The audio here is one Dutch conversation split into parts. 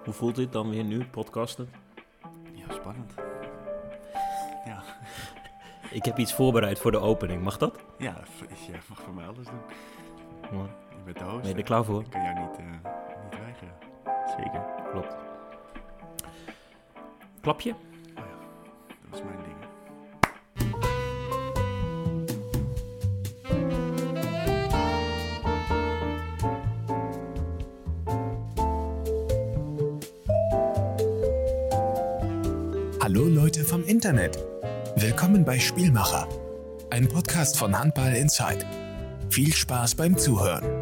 Hoe voelt dit dan weer nu, podcasten? Ja, spannend. Ja. Ik heb iets voorbereid voor de opening, mag dat? Ja, je mag voor mij alles doen. Mooi. Je bent de host. Ben je er klaar voor? Ik kan jou niet weigeren. Zeker, klopt. Klapje? Oh ja, dat was mijn ding. Hallo Leute vom Internet. Willkommen bei Spielmacher, ein Podcast von Handball Inside. Viel Spaß beim Zuhören.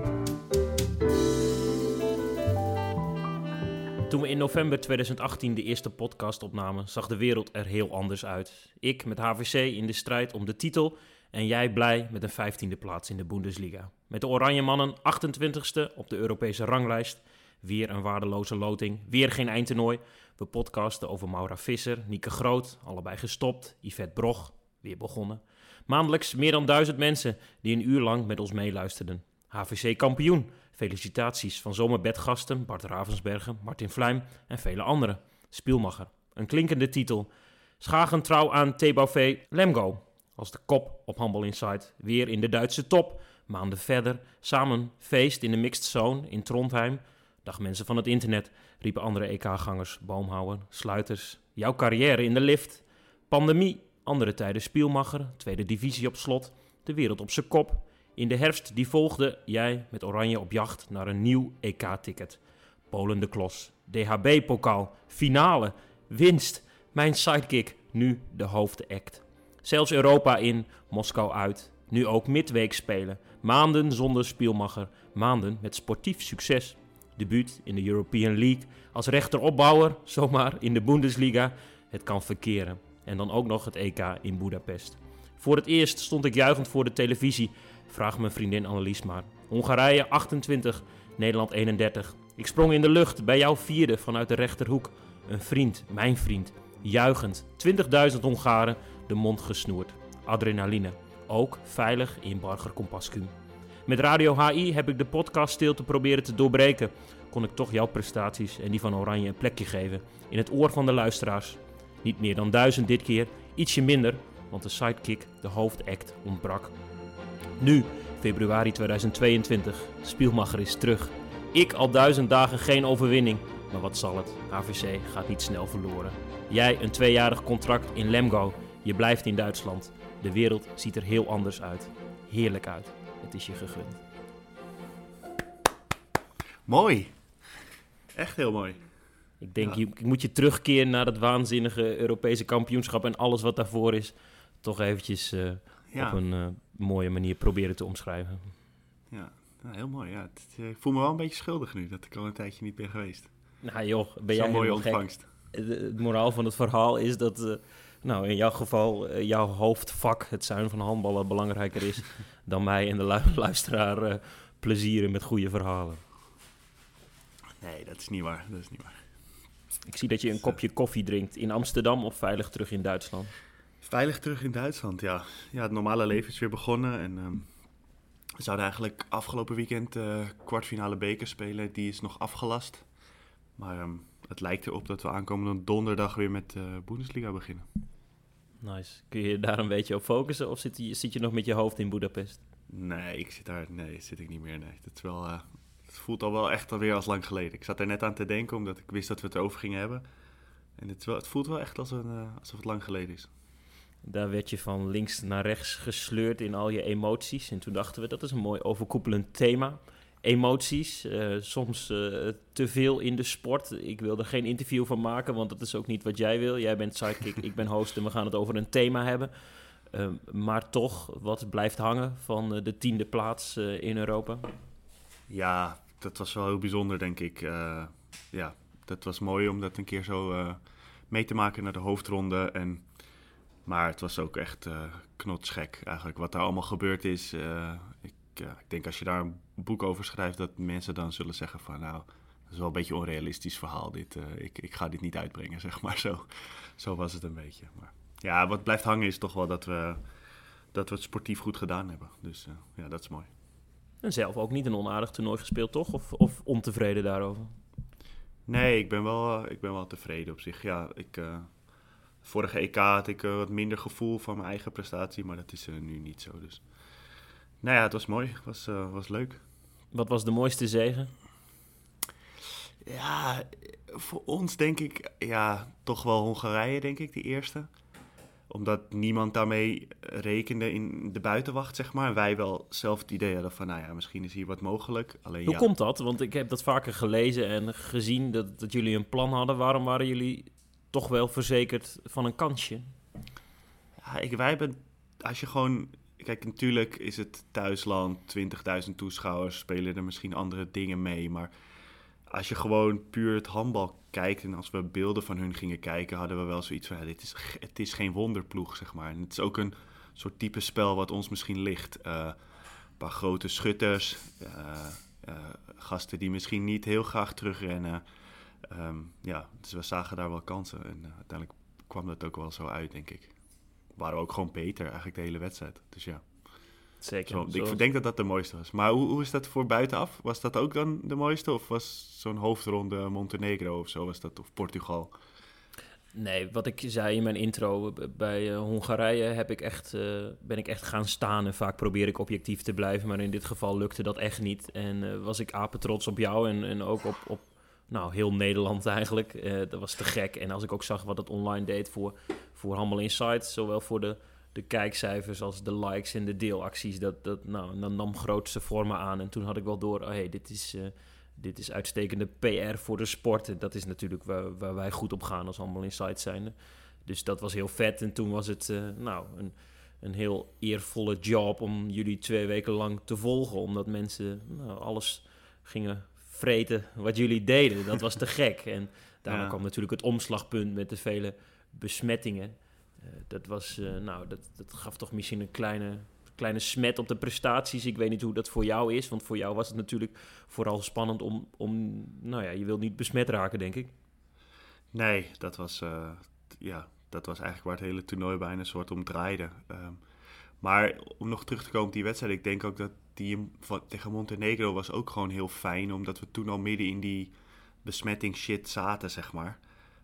Toen we in november 2018 de eerste podcast opnamen, zag de wereld er heel anders uit. Ik met HVC in de strijd om de titel en jij blij met een 15e plaats in de Bundesliga. Met de Oranje Mannen 28ste op de Europese ranglijst. Weer een waardeloze loting, weer geen eindtoernooi. We podcasten over Maura Visser, Nieke Groot, allebei gestopt. Yvette Brog, weer begonnen. Maandelijks meer dan 1000 mensen die een uur lang met ons meeluisterden. HVC kampioen. Felicitaties van zomerbedgasten Bart Ravensbergen, Martin Vlijm en vele anderen. Spielmacher, een klinkende titel. Schagen trouw aan TBV Lemgo. Als de kop op Handball Inside weer in de Duitse top. Maanden verder, samen feest in de mixed zone in Trondheim. Dag mensen van het internet, riepen andere EK-gangers, Boomhouwer, Sluiters. Jouw carrière in de lift. Pandemie, andere tijden Spielmacher, tweede divisie op slot. De wereld op zijn kop. In de herfst die volgde, jij met Oranje op jacht naar een nieuw EK-ticket. Polen de Klos, DHB-pokaal, finale, winst. Mijn sidekick, nu de hoofdact. Zelfs Europa in, Moskou uit. Nu ook midweek spelen. Maanden zonder Spielmacher, maanden met sportief succes. Debuut in de European League, als rechteropbouwer, zomaar in de Bundesliga. Het kan verkeren. En dan ook nog het EK in Budapest. Voor het eerst stond ik juichend voor de televisie. Vraag mijn vriendin Annelies maar. Hongarije 28, Nederland 31. Ik sprong in de lucht bij jouw vierde vanuit de rechterhoek. Een vriend, mijn vriend, juichend. 20.000 Hongaren, de mond gesnoerd. Adrenaline, ook veilig in Barger Compascuum. Met Radio HI heb ik de podcaststilte proberen te doorbreken. Kon ik toch jouw prestaties en die van Oranje een plekje geven in het oor van de luisteraars. Niet meer dan 1000 dit keer, ietsje minder, want de sidekick, de hoofdact, ontbrak. Nu, februari 2022, Spielmacher is terug. Ik al 1000 dagen geen overwinning, maar wat zal het, HVC gaat niet snel verloren. Jij een 2-jarig contract in Lemgo, je blijft in Duitsland. De wereld ziet er heel anders uit, heerlijk uit. Het is je gegund. Mooi. Echt heel mooi. Ik denk, ik moet je terugkeren naar dat waanzinnige Europese kampioenschap en alles wat daarvoor is, toch eventjes op een mooie manier proberen te omschrijven. Ja, nou, heel mooi. Ja. Ik voel me wel een beetje schuldig nu dat ik al een tijdje niet ben geweest. Nou joh, ben jij zo'n mooie helemaal ontvangst. Het moraal van het verhaal is dat, in jouw geval, jouw hoofdvak, het zuin van handballen, belangrijker is dan mij en de luisteraar plezieren met goede verhalen. Nee, dat is niet waar. Dat is niet waar. Ik zie dat je een kopje koffie drinkt in Amsterdam of veilig terug in Duitsland. Veilig terug in Duitsland, ja. Ja, het normale leven is weer begonnen. En we zouden eigenlijk afgelopen weekend kwartfinale beker spelen. Die is nog afgelast. Maar het lijkt erop dat we aankomende donderdag weer met Bundesliga beginnen. Nice. Kun je daar een beetje op focussen of zit je nog met je hoofd in Budapest? Nee, zit ik niet meer. Nee. Dat is wel, het voelt al wel echt alweer als lang geleden. Ik zat er net aan te denken, omdat ik wist dat we het over gingen hebben. En het voelt wel echt alsof het lang geleden is. Daar werd je van links naar rechts gesleurd in al je emoties. En toen dachten we, dat is een mooi overkoepelend thema. Emoties, soms te veel in de sport. Ik wil er geen interview van maken, want dat is ook niet wat jij wil. Jij bent sidekick, ik ben host en we gaan het over een thema hebben. Maar toch, wat blijft hangen van de 10e plaats in Europa? Ja, dat was wel heel bijzonder, denk ik. Dat was mooi om dat een keer zo mee te maken naar de hoofdronde. Maar het was ook echt knotsgek eigenlijk, wat daar allemaal gebeurd is. Ik denk als je daar een boek over schrijft, dat mensen dan zullen zeggen van nou, dat is wel een beetje een onrealistisch verhaal dit. Ik ga dit niet uitbrengen, zeg maar. Zo was het een beetje. Maar ja, wat blijft hangen is toch wel dat we het sportief goed gedaan hebben. Dus dat is mooi. En zelf ook niet een onaardig toernooi gespeeld, toch? Of ontevreden daarover? Nee, ik ben wel tevreden op zich. Ja, vorige EK had ik wat minder gevoel van mijn eigen prestatie, maar dat is nu niet zo. Dus nou ja, het was mooi. Het was leuk. Wat was de mooiste zege? Ja, voor ons denk ik, ja, toch wel Hongarije, denk ik, die eerste. Omdat niemand daarmee rekende in de buitenwacht, zeg maar. Wij wel zelf het idee hadden van, nou ja, misschien is hier wat mogelijk. Alleen Hoe ja, komt dat? Want ik heb dat vaker gelezen en gezien dat jullie een plan hadden. Waarom waren jullie toch wel verzekerd van een kansje? ja, wij hebben, als je gewoon, kijk, natuurlijk is het thuisland, 20.000 toeschouwers, spelen er misschien andere dingen mee. Maar als je gewoon puur het handbal kijkt en als we beelden van hun gingen kijken, hadden we wel zoiets van, ja, het is geen wonderploeg, zeg maar. En het is ook een soort type spel wat ons misschien ligt. Een paar grote schutters, gasten die misschien niet heel graag terugrennen. Ja, dus we zagen daar wel kansen en uiteindelijk kwam dat ook wel zo uit, denk ik. Waren we ook gewoon beter eigenlijk de hele wedstrijd. Dus ja, Zeker. ik denk dat dat de mooiste was. Maar hoe is dat voor buitenaf? Was dat ook dan de mooiste? Of was zo'n hoofdronde Montenegro of zo, was dat, of Portugal? Nee, wat ik zei in mijn intro, bij Hongarije ben ik echt gaan staan. En vaak probeer ik objectief te blijven, maar in dit geval lukte dat echt niet. En was ik apetrots op jou en ook op nou, heel Nederland eigenlijk. Dat was te gek. En als ik ook zag wat het online deed voor Handbal Insight, zowel voor de kijkcijfers als de likes en de deelacties, dat nam grootste vormen aan. En toen had ik wel door, dit is uitstekende PR voor de sport. En dat is natuurlijk waar wij goed op gaan als Handbal Insight zijnde. Dus dat was heel vet. En toen was het een heel eervolle job om jullie 2 weken lang te volgen. Omdat mensen alles gingen vreten wat jullie deden. Dat was te gek. En daarom kwam natuurlijk het omslagpunt met de vele besmettingen. Dat gaf toch misschien een kleine smet op de prestaties. Ik weet niet hoe dat voor jou is. Want voor jou was het natuurlijk vooral spannend om je wilt niet besmet raken, denk ik. Nee, dat was eigenlijk waar het hele toernooi bijna een soort om draaide. Maar om nog terug te komen op die wedstrijd, ik denk ook dat die tegen Montenegro was ook gewoon heel fijn, omdat we toen al midden in die besmetting shit zaten, zeg maar.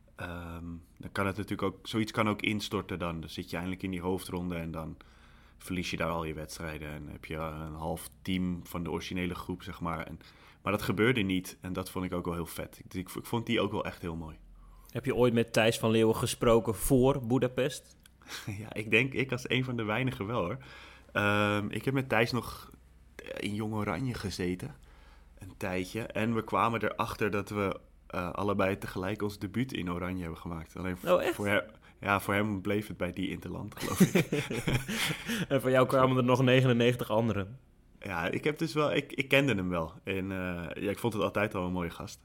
Dan kan het natuurlijk ook, zoiets kan ook instorten dan. Dan zit je eindelijk in die hoofdronde en dan verlies je daar al je wedstrijden. En heb je een half team van de originele groep, zeg maar. Maar dat gebeurde niet en dat vond ik ook wel heel vet. Ik vond die ook wel echt heel mooi. Heb je ooit met Thijs van Leeuwen gesproken voor Boedapest? Ja, ik als een van de weinigen wel, hoor. Ik heb met Thijs nog in Jong Oranje gezeten. Een tijdje. En we kwamen erachter dat we allebei tegelijk ons debuut in Oranje hebben gemaakt. Alleen voor hem bleef het bij die Interland, geloof ik. En van jou kwamen er nog 99 anderen. Ja, ik heb dus wel... Ik kende hem wel. En ik vond het altijd al een mooie gast.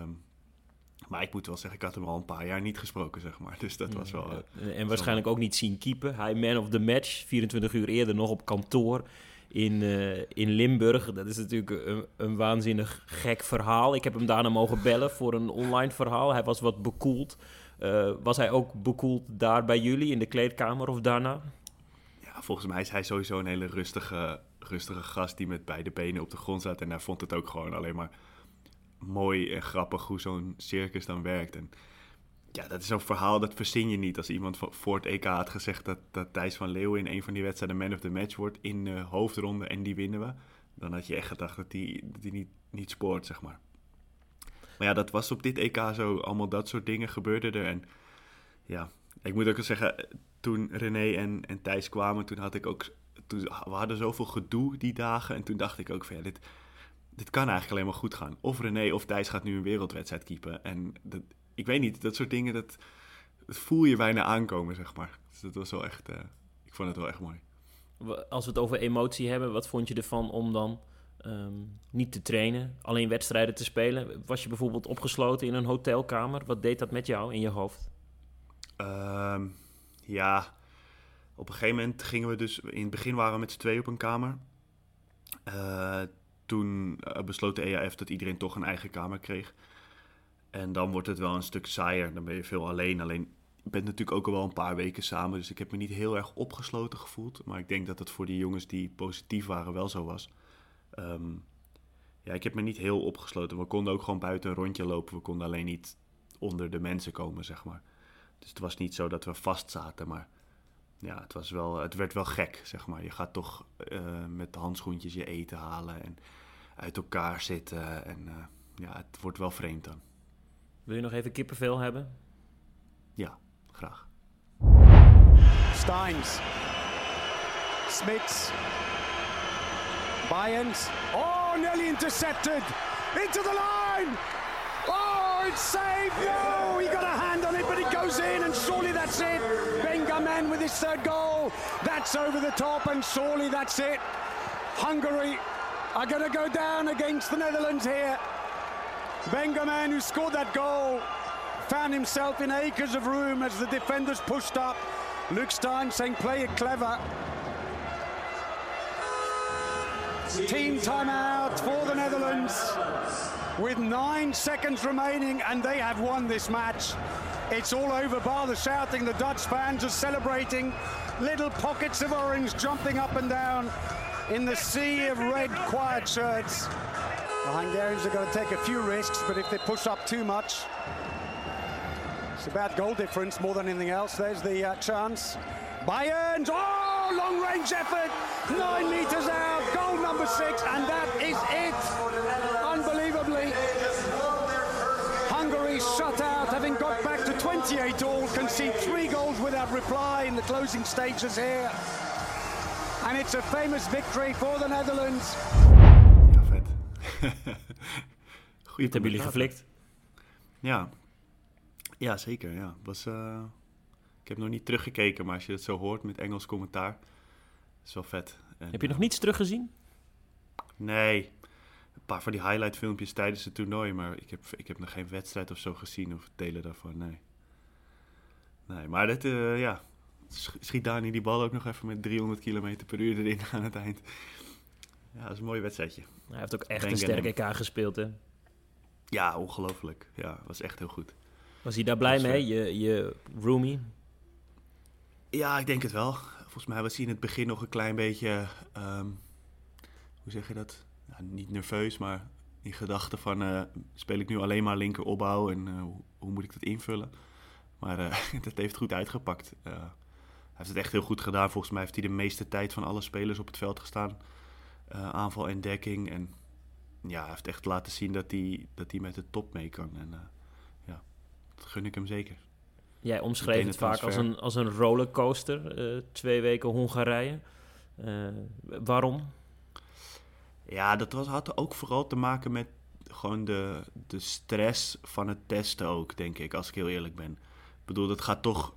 Maar ik moet wel zeggen, ik had hem al een paar jaar niet gesproken, zeg maar. Dus dat was wel... en waarschijnlijk ook niet zien keepen. Hij man of the match, 24 uur eerder nog op kantoor in Limburg. Dat is natuurlijk een waanzinnig gek verhaal. Ik heb hem daarna mogen bellen voor een online verhaal. Hij was wat bekoeld. Was hij ook bekoeld daar bij jullie in de kleedkamer of daarna? Ja, volgens mij is hij sowieso een hele rustige gast die met beide benen op de grond staat. En hij vond het ook gewoon alleen maar mooi en grappig hoe zo'n circus dan werkt. En ja, dat is zo'n verhaal, dat verzin je niet. Als iemand voor het EK had gezegd dat Thijs van Leeuwen in een van die wedstrijden man of the match wordt in de hoofdronde en die winnen we, dan had je echt gedacht dat die niet spoort, zeg maar. Maar ja, dat was op dit EK zo. Allemaal dat soort dingen gebeurden er. En ja, ik moet ook wel zeggen, toen René en Thijs kwamen, we hadden zoveel gedoe die dagen. En toen dacht ik ook van, ja, dit kan eigenlijk alleen maar goed gaan. Of René of Thijs gaat nu een wereldwedstrijd keepen. En ik weet niet, dat soort dingen, dat voel je bijna aankomen, zeg maar. Dus dat was wel echt, ik vond het wel echt mooi. Als we het over emotie hebben, wat vond je ervan om dan niet te trainen, alleen wedstrijden te spelen? Was je bijvoorbeeld opgesloten in een hotelkamer? Wat deed dat met jou in je hoofd? Ja, op een gegeven moment gingen we dus... In het begin waren we met z'n tweeën op een kamer. Toen besloot de EAF dat iedereen toch een eigen kamer kreeg. En dan wordt het wel een stuk saaier. Dan ben je veel alleen. Alleen, je bent natuurlijk ook al wel een paar weken samen. Dus ik heb me niet heel erg opgesloten gevoeld. Maar ik denk dat het voor die jongens die positief waren wel zo was. Ja, ik heb me niet heel opgesloten. We konden ook gewoon buiten een rondje lopen. We konden alleen niet onder de mensen komen, zeg maar. Dus het was niet zo dat we vast zaten, maar ja, het werd wel gek, zeg maar. Je gaat toch met handschoentjes je eten halen en uit elkaar zitten. En ja, het wordt wel vreemd dan. Wil je nog even kippenvel hebben? Ja, graag. Steins. Smits. Bayerns. Oh, nearly intercepted. Into the line. Oh, it's saved. No, he got a hand on it, but it goes in, and surely that's it. Bengaman with his third goal. That's over the top, and surely that's it. Hungary are going to go down against the Netherlands here. Bengaman, who scored that goal, found himself in acres of room as the defenders pushed up. Luke Stein saying, play it clever. Team timeout for the Netherlands with 9 seconds remaining, and they have won this match. It's all over, bar the shouting. The Dutch fans are celebrating. Little pockets of orange jumping up and down in the sea of red quiet shirts. The Hungarians are going to take a few risks, but if they push up too much, it's about goal difference more than anything else. There's the chance. Bayern, oh, long range effort, 9 meters out, goal number 6, and that is it. Unbelievably, Hungary shut out, having got back to 28 all, concede 3 goals without reply in the closing stages here. And it's a famous victory for the Netherlands. Ja, vet. Goeie Dit hebben jullie geflikt. Ja. Ja, zeker. Ja. Ik heb nog niet teruggekeken, maar als je het zo hoort met Engels commentaar, is wel vet. En, Heb je nog niets teruggezien? Nee, een paar van die highlight filmpjes tijdens het toernooi, maar ik heb nog geen wedstrijd of zo gezien of delen daarvan, nee, maar dit, ja, schiet Dani die bal ook nog even met 300 km per uur erin aan het eind. Ja, dat is een mooi wedstrijdje. Hij heeft ook echt een sterke EK gespeeld, hè? Ja, ongelooflijk. Ja, was echt heel goed. Was hij daar blij Dus, mee, je roomie? Ja, ik denk het wel. Volgens mij was hij in het begin nog een klein beetje, hoe zeg je dat? Ja, niet nerveus, maar in gedachten van, speel ik nu alleen maar linkeropbouw en hoe moet ik dat invullen? Maar dat heeft goed uitgepakt. Hij heeft het echt heel goed gedaan. Volgens mij heeft hij de meeste tijd van alle spelers op het veld gestaan. Aanval en dekking. En ja, hij heeft echt laten zien dat hij met de top mee kan. En ja, dat gun ik hem zeker. Jij omschreef het vaak als een rollercoaster, 2 weken Hongarije. Waarom? Ja, dat had ook vooral te maken met gewoon de stress van het testen ook, denk ik, als ik heel eerlijk ben. Ik bedoel, dat gaat toch,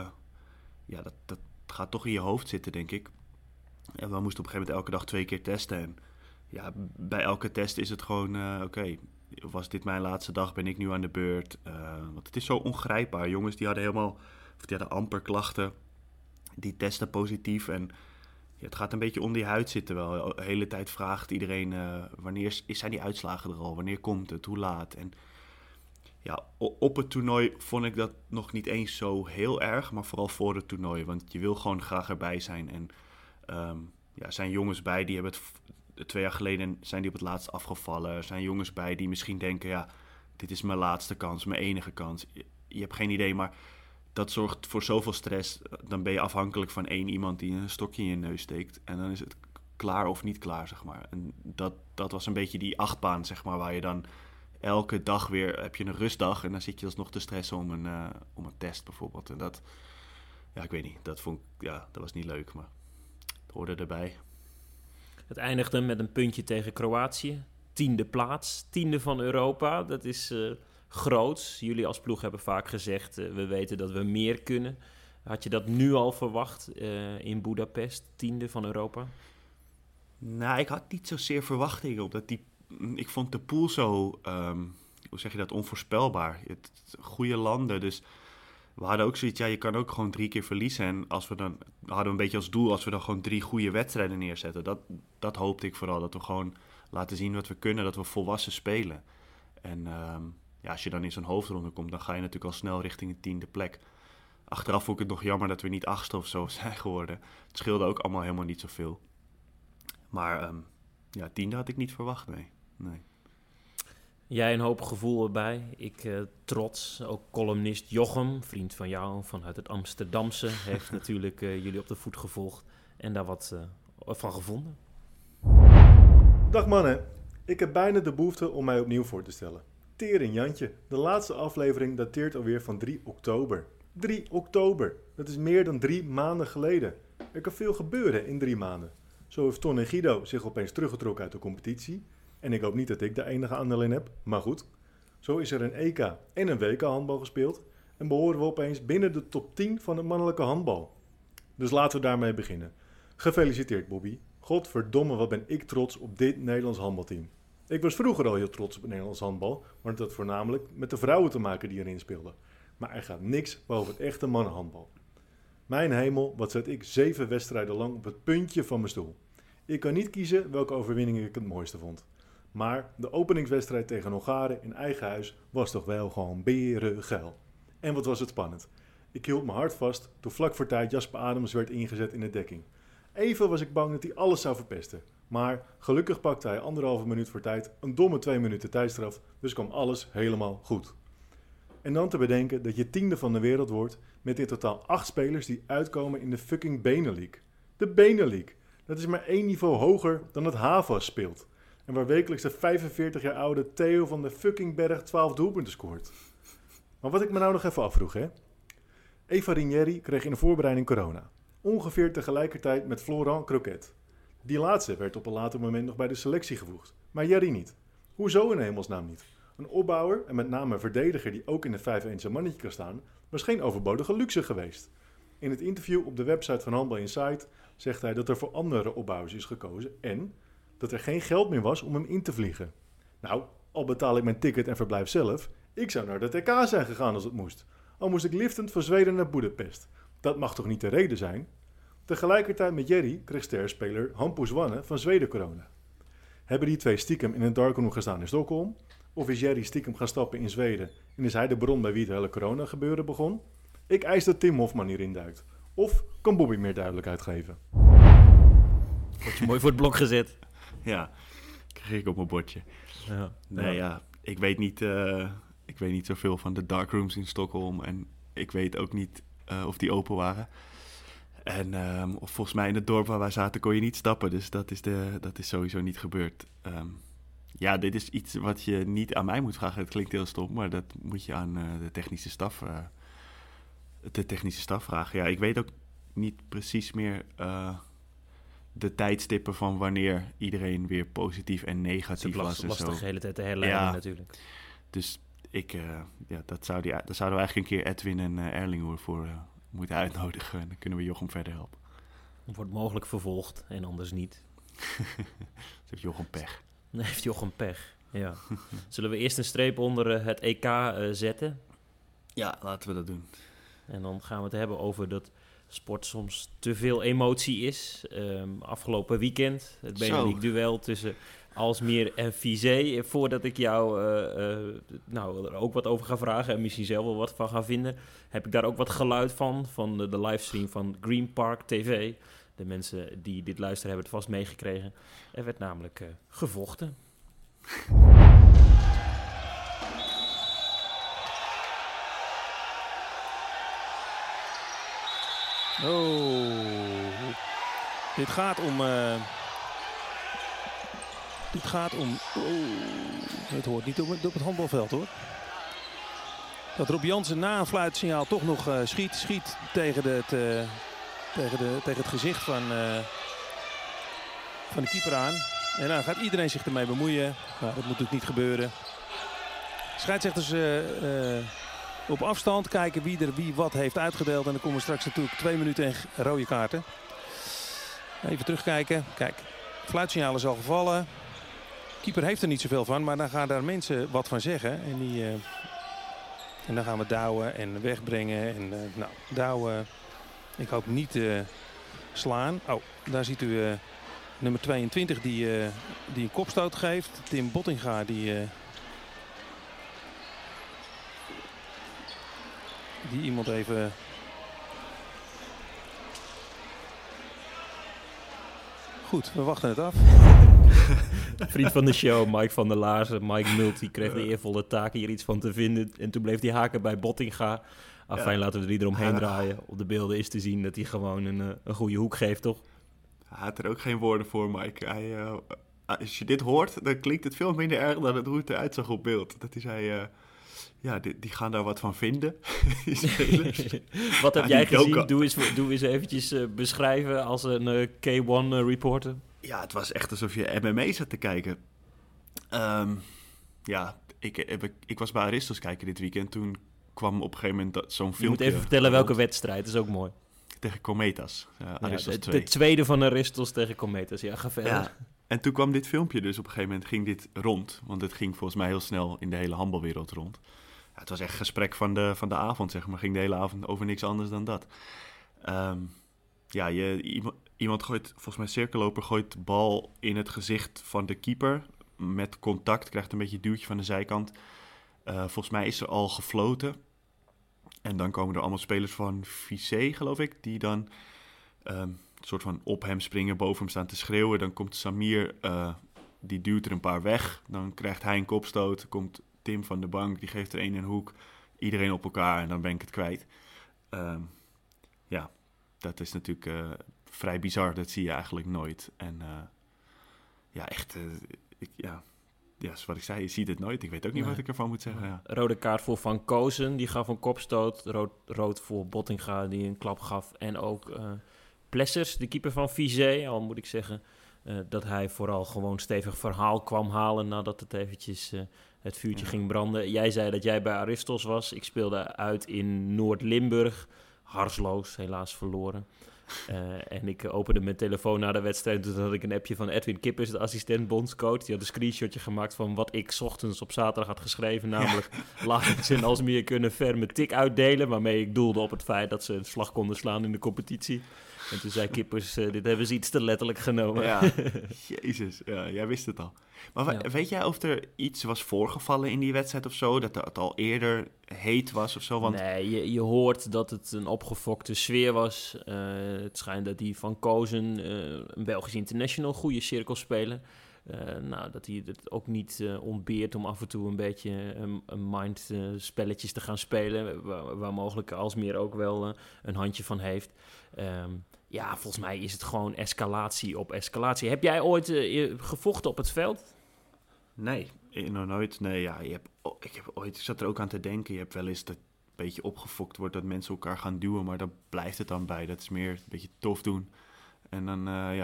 dat gaat toch in je hoofd zitten, denk ik. En we moesten op een gegeven moment elke dag 2 keer testen. En ja, bij elke test is het gewoon, oké, was dit mijn laatste dag, ben ik nu aan de beurt? Want het is zo ongrijpbaar. Jongens die hadden amper klachten. Die testen positief en ja, het gaat een beetje onder je huid zitten wel. De hele tijd vraagt iedereen, wanneer zijn die uitslagen er al? Wanneer komt het? Hoe laat? En ja, op het toernooi vond ik dat nog niet eens zo heel erg, maar vooral voor het toernooi. Want je wil gewoon graag erbij zijn. En er zijn jongens bij, die hebben het 2 jaar geleden zijn die op het laatst afgevallen. Er zijn jongens bij die misschien denken, ja, dit is mijn laatste kans, mijn enige kans. Je hebt geen idee, maar dat zorgt voor zoveel stress. Dan ben je afhankelijk van 1 iemand die een stokje in je neus steekt. En dan is het klaar of niet klaar, zeg maar. En dat was een beetje die achtbaan, zeg maar, waar je dan elke dag weer heb je een rustdag. En dan zit je alsnog te stressen om een test bijvoorbeeld. En dat, ja, ik weet niet. Dat was niet leuk, maar het hoorde erbij. Het eindigde met een puntje tegen Kroatië. 10e plaats, 10e van Europa. Dat is groots. Jullie als ploeg hebben vaak gezegd, we weten dat we meer kunnen. Had je dat nu al verwacht in Budapest, 10e van Europa? Nou, ik had niet zozeer verwachtingen op ik vond de pool zo, hoe zeg je dat, onvoorspelbaar. Goede landen, dus we hadden ook zoiets, ja, je kan ook gewoon 3 keer verliezen. En hadden we een beetje als doel, als we dan gewoon 3 goede wedstrijden neerzetten. Dat hoopte ik vooral, dat we gewoon laten zien wat we kunnen, dat we volwassen spelen. En als je dan in zo'n hoofdronde komt, dan ga je natuurlijk al snel richting de 10e plek. Achteraf vond ik het nog jammer dat we niet 8e of zo zijn geworden. Het scheelde ook allemaal helemaal niet zoveel. Maar 10e had ik niet verwacht, nee. Nee. Jij een hoop gevoel erbij. Ik trots. Ook columnist Jochem, vriend van jou vanuit het Amsterdamse, heeft natuurlijk jullie op de voet gevolgd en daar wat van gevonden. Dag mannen, ik heb bijna de behoefte om mij opnieuw voor te stellen. Tering Jantje, de laatste aflevering dateert alweer van 3 oktober. 3 oktober, dat is meer dan 3 maanden geleden. Er kan veel gebeuren in 3 maanden. Zo heeft Ton en Guido zich opeens teruggetrokken uit de competitie. En ik hoop niet dat ik de enige aandeel in heb, maar goed. Zo is er een EK en een WK handbal gespeeld en behoren we opeens binnen de top 10 van het mannelijke handbal. Dus laten we daarmee beginnen. Gefeliciteerd Bobby. Godverdomme, wat ben ik trots op dit Nederlands handbalteam. Ik was vroeger al heel trots op het Nederlands handbal, maar dat had voornamelijk met de vrouwen te maken die erin speelden. Maar er gaat niks boven het echte mannenhandbal. Mijn hemel, wat zat ik 7 wedstrijden lang op het puntje van mijn stoel. Ik kan niet kiezen welke overwinning ik het mooiste vond. Maar de openingswedstrijd tegen Hongaren in eigen huis was toch wel gewoon berengeil. En wat was het spannend. Ik hield mijn hart vast toen vlak voor tijd Jasper Adams werd ingezet in de dekking. Even was ik bang dat hij alles zou verpesten. Maar gelukkig pakte hij 1,5 minuut voor tijd een domme 2 minuten tijdstraf, dus kwam alles helemaal goed. En dan te bedenken dat je 10e van de wereld wordt met in totaal 8 spelers die uitkomen in de fucking Benelux. De Benelux, dat is maar 1 niveau hoger dan het HAVAS speelt. En waar wekelijks de 45 jaar oude Theo van de fucking Berg 12 doelpunten scoort. Maar wat ik me nou nog even afvroeg, hè. Eva Rinieri kreeg in de voorbereiding corona. Ongeveer tegelijkertijd met Florent Croquet. Die laatste werd op een later moment nog bij de selectie gevoegd. Maar Jerry niet. Hoezo in hemelsnaam niet? Een opbouwer en met name een verdediger die ook in de 5-1 zijn mannetje kan staan, was geen overbodige luxe geweest. In het interview op de website van Handbal Insight zegt hij dat er voor andere opbouwers is gekozen en dat er geen geld meer was om hem in te vliegen. Nou, al betaal ik mijn ticket en verblijf zelf, ik zou naar de TK zijn gegaan als het moest. Al moest ik liftend van Zweden naar Boedapest. Dat mag toch niet de reden zijn? Tegelijkertijd met Jerry kreeg sterspeler Hampus Wanne van Zweden corona. Hebben die twee stiekem in een darkroom gestaan in Stockholm? Of is Jerry stiekem gaan stappen in Zweden en is hij de bron bij wie het hele corona gebeuren begon? Ik eis dat Tim Hofman hierin duikt. Of kan Bobby meer duidelijkheid geven? Word je mooi voor het blok gezet. Ja, kreeg ik op mijn bordje. Ja. Nee, ja, ik weet niet zoveel van de darkrooms in Stockholm en ik weet ook niet of die open waren. En of volgens mij in het dorp waar wij zaten kon je niet stappen, dus dat is sowieso niet gebeurd. Ja, dit is iets wat je niet aan mij moet vragen. Het klinkt heel stom, maar dat moet je aan de technische staf vragen. Ja, ik weet ook niet precies meer de tijdstippen van wanneer iedereen weer positief en negatief was. Het is lastig de hele tijd te herleiden natuurlijk. Dus dat zouden we eigenlijk een keer Edwin en Erling voor moeten uitnodigen. En dan kunnen we Jochem verder helpen. Wordt mogelijk vervolgd en anders niet. heeft Jochem pech. Nee, heeft Jochem pech, ja. Zullen we eerst een streep onder het EK zetten? Ja, laten we dat doen. En dan gaan we het hebben over dat sport soms te veel emotie is. Afgelopen weekend, het Benelux-duel tussen Aalsmeer en Vizé. Voordat ik jou er ook wat over ga vragen en misschien zelf wel wat van ga vinden, heb ik daar ook wat geluid van de livestream van Green Park TV. De mensen die dit luisteren hebben het vast meegekregen. Er werd namelijk gevochten. Oh, dit gaat om. Het hoort niet op het handbalveld hoor. Dat Rob Jansen na een fluitsignaal toch nog schiet tegen het gezicht van de keeper aan. En dan gaat iedereen zich ermee bemoeien. Nou, dat moet natuurlijk niet gebeuren. Scheidsrechters op afstand kijken wie wat heeft uitgedeeld. En dan komen straks natuurlijk 2 minuten en rode kaarten. Even terugkijken. Kijk, fluitsignaal is al gevallen. Keeper heeft er niet zoveel van, maar dan gaan daar mensen wat van zeggen. En dan gaan we douwen en wegbrengen. En douwen. Ik hoop niet slaan. Oh, daar ziet u nummer 22 die een kopstoot geeft. Tim Bottinga die iemand even... Goed, we wachten het af. Vriend van de show, Mike van der Laarzen. Mike Multi kreeg de eervolle taak hier iets van te vinden. En toen bleef hij haken bij Bottinga. Afijn, laten we er niet eromheen draaien. Op de beelden is te zien dat hij gewoon een goede hoek geeft, toch? Hij had er ook geen woorden voor, Mike. Als je dit hoort, dan klinkt het veel minder erg dan hoe het eruit zag op beeld. Dat hij zei, die gaan daar wat van vinden, die spelers. Wat heb jij gezien? Doe eens eventjes beschrijven als een K1-reporter. Ja, het was echt alsof je MMA zat te kijken. Ik was bij Aristos kijken dit weekend. Toen kwam op een gegeven moment zo'n filmpje. Je moet even vertellen welke wedstrijd, dat is ook mooi. Tegen Cometas. Aristos 2. De tweede van Aristos tegen Cometas. Ja, ga verder. Ja. En toen kwam dit filmpje dus op een gegeven moment, ging dit rond. Want het ging volgens mij heel snel in de hele handbalwereld rond. Ja, het was echt gesprek van de avond, zeg maar. Ging de hele avond over niks anders dan dat. Iemand gooit, volgens mij cirkelloper, gooit de bal in het gezicht van de keeper. Met contact, krijgt een beetje een duwtje van de zijkant. Volgens mij is er al gefloten. En dan komen er allemaal spelers van Vissé, geloof ik, die dan een soort van op hem springen, boven hem staan te schreeuwen. Dan komt Samir, die duwt er een paar weg. Dan krijgt hij een kopstoot. Komt Tim van de bank, die geeft er één in een hoek. Iedereen op elkaar en dan ben ik het kwijt. Dat is natuurlijk vrij bizar. Dat zie je eigenlijk nooit. En zoals wat ik zei, je ziet het nooit. Ik weet ook niet wat ik ervan moet zeggen. Ja. Rode kaart voor Van Kozen, die gaf een kopstoot. Rood voor Bottinga, die een klap gaf. En ook Plessers, de keeper van Vissé. Al moet ik zeggen dat hij vooral gewoon stevig verhaal kwam halen nadat het eventjes het vuurtje ging branden. Jij zei dat jij bij Aristos was. Ik speelde uit in Noord-Limburg. Harsloos, helaas verloren. En ik opende mijn telefoon na de wedstrijd. Toen had ik een appje van Edwin Kippers, de assistent bondscoach. Die had een screenshotje gemaakt van wat ik 's ochtends op zaterdag had geschreven. Namelijk, Lagens en Alsmeer kunnen ferme tik uitdelen. Waarmee ik doelde op het feit dat ze een slag konden slaan in de competitie. En toen zei Kippers, dit hebben ze iets te letterlijk genomen. Ja, jezus. Ja, jij wist het al. Maar weet jij of er iets was voorgevallen in die wedstrijd of zo? Dat het al eerder heet was of zo? Want... Nee, je hoort dat het een opgefokte sfeer was. Het schijnt dat die Van Kozen, een Belgisch international, goede cirkelspeler. Dat hij het ook niet ontbeert om af en toe een beetje een mindspelletjes te gaan spelen. Waar mogelijk Alsmeer ook wel een handje van heeft. Volgens mij is het gewoon escalatie op escalatie. Heb jij ooit gevochten op het veld? Nee, nog nooit. Nee, ja, ik zat er ook aan te denken. Je hebt wel eens dat een beetje opgefokt wordt dat mensen elkaar gaan duwen, maar daar blijft het dan bij. Dat is meer een beetje tof doen. En dan,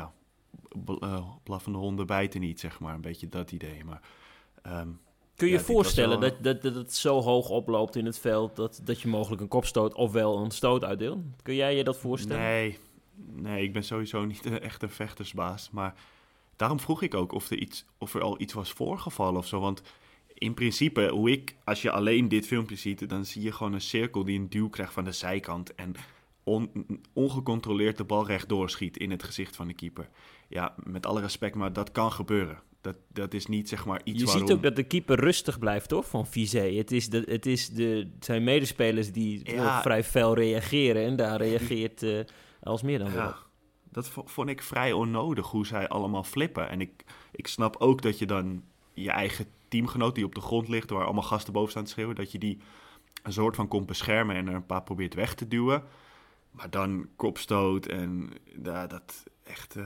blaffende honden bijten niet, zeg maar. Een beetje dat idee. Maar, kun je je voorstellen dat het zo hoog oploopt in het veld dat je mogelijk een kopstoot ofwel een stoot uitdeelt? Kun jij je dat voorstellen? Nee, ik ben sowieso niet echt een vechtersbaas. Maar daarom vroeg ik ook of er al iets was voorgevallen of zo. Want in principe, als je alleen dit filmpje ziet, dan zie je gewoon een cirkel die een duw krijgt van de zijkant en ongecontroleerd de bal rechtdoor schiet in het gezicht van de keeper. Ja, met alle respect, maar dat kan gebeuren. Dat is niet, zeg maar, iets waarom... Je ziet ook dat de keeper rustig blijft, toch, van Vissé. Het zijn medespelers die vrij fel reageren en daar reageert Alsmeer dan wel. Dat vond ik vrij onnodig, hoe zij allemaal flippen. En ik snap ook dat je dan je eigen teamgenoot die op de grond ligt, waar allemaal gasten boven staan te schreeuwen, dat je die een soort van komt beschermen en er een paar probeert weg te duwen. Maar dan kopstoot en dat echt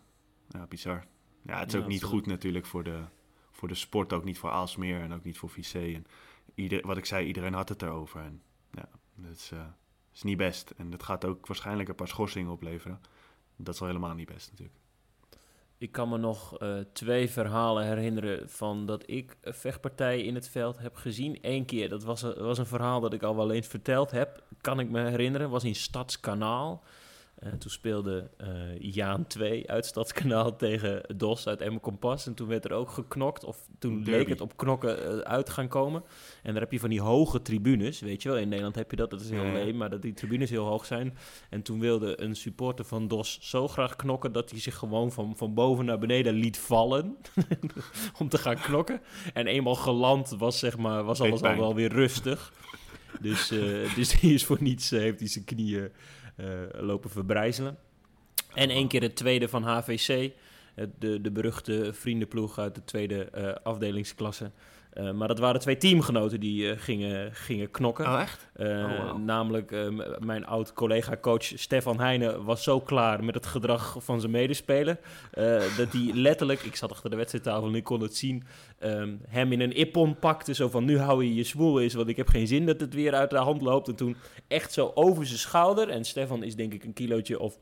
bizar. Ja, het is ook niet goed natuurlijk voor de sport, ook niet voor Aalsmeer en ook niet voor Vissé. En wat ik zei, iedereen had het erover. En dat is niet best. En dat gaat ook waarschijnlijk een paar schorsingen opleveren. Dat is al helemaal niet best natuurlijk. Ik kan me nog 2 verhalen herinneren van dat ik vechtpartijen in het veld heb gezien. 1 keer, dat was een verhaal dat ik al wel eens verteld heb, kan ik me herinneren, was in Stadskanaal. Toen speelde Jaan 2 uit Stadskanaal tegen Dos uit Emmerkompas. En toen werd er ook geknokt, of toen leek het op knokken uit gaan komen. En daar heb je van die hoge tribunes, weet je wel. In Nederland heb je dat is heel leem, maar dat die tribunes heel hoog zijn. En toen wilde een supporter van Dos zo graag knokken dat hij zich gewoon van boven naar beneden liet vallen om te gaan knokken. En eenmaal geland was alles al wel weer rustig. Dus die is voor niets, heeft hij zijn knieën lopen verbrijzelen. En 1 keer het tweede van HVC. De beruchte vriendenploeg uit de tweede afdelingsklasse. Maar dat waren 2 teamgenoten die gingen knokken. Oh, echt? Wow. Namelijk mijn oud-collega-coach Stefan Heijnen was zo klaar met het gedrag van zijn medespeler... dat hij letterlijk, ik zat achter de wedstrijdtafel en ik kon het zien... hem in een ippon pakte, zo van nu hou je je smoel eens... want ik heb geen zin dat het weer uit de hand loopt. En toen echt zo over zijn schouder... en Stefan is denk ik een kilootje of...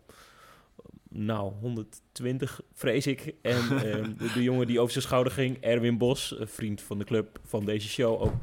120 vrees ik. En de jongen die over zijn schouder ging, Erwin Bos, een vriend van de club van deze show, ook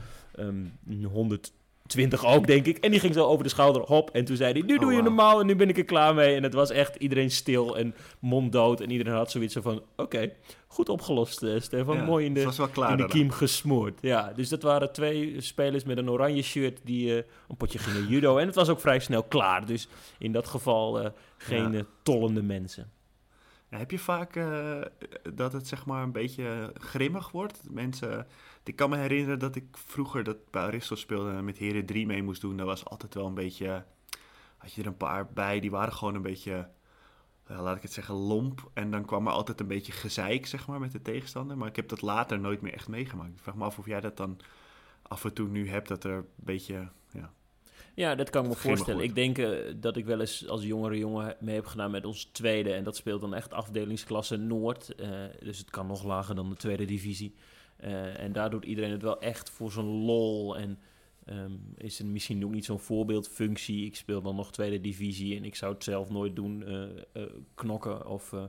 120 ook, denk ik. En die ging zo over de schouder, hop. En toen zei hij, nu doe je normaal en nu ben ik er klaar mee. En het was echt iedereen stil en monddood. En iedereen had zoiets van, oké, goed opgelost, Stefan. Ja, mooi in de kiem gesmoord. Ja, dus dat waren 2 spelers met een oranje shirt die een potje gingen judo. En het was ook vrij snel klaar. Dus in dat geval geen tollende mensen. Ja, heb je vaak dat het zeg maar een beetje grimmig wordt? Mensen, ik kan me herinneren dat ik vroeger dat bij Aristos speelde en met Heren 3 mee moest doen. Dat was altijd wel een beetje, had je er een paar bij, die waren gewoon een beetje, laat ik het zeggen, lomp. En dan kwam er altijd een beetje gezeik, zeg maar, met de tegenstander. Maar ik heb dat later nooit meer echt meegemaakt. Ik vraag me af of jij dat dan af en toe nu hebt, dat er een beetje... Ja, dat kan ik me voorstellen. Ik denk dat ik wel eens als jongere jongen mee heb gedaan met ons tweede. En dat speelt dan echt afdelingsklasse Noord. Dus het kan nog lager dan de tweede divisie. En daar doet iedereen het wel echt voor zijn lol. En is er misschien ook niet zo'n voorbeeldfunctie. Ik speel dan nog tweede divisie en ik zou het zelf nooit doen, knokken.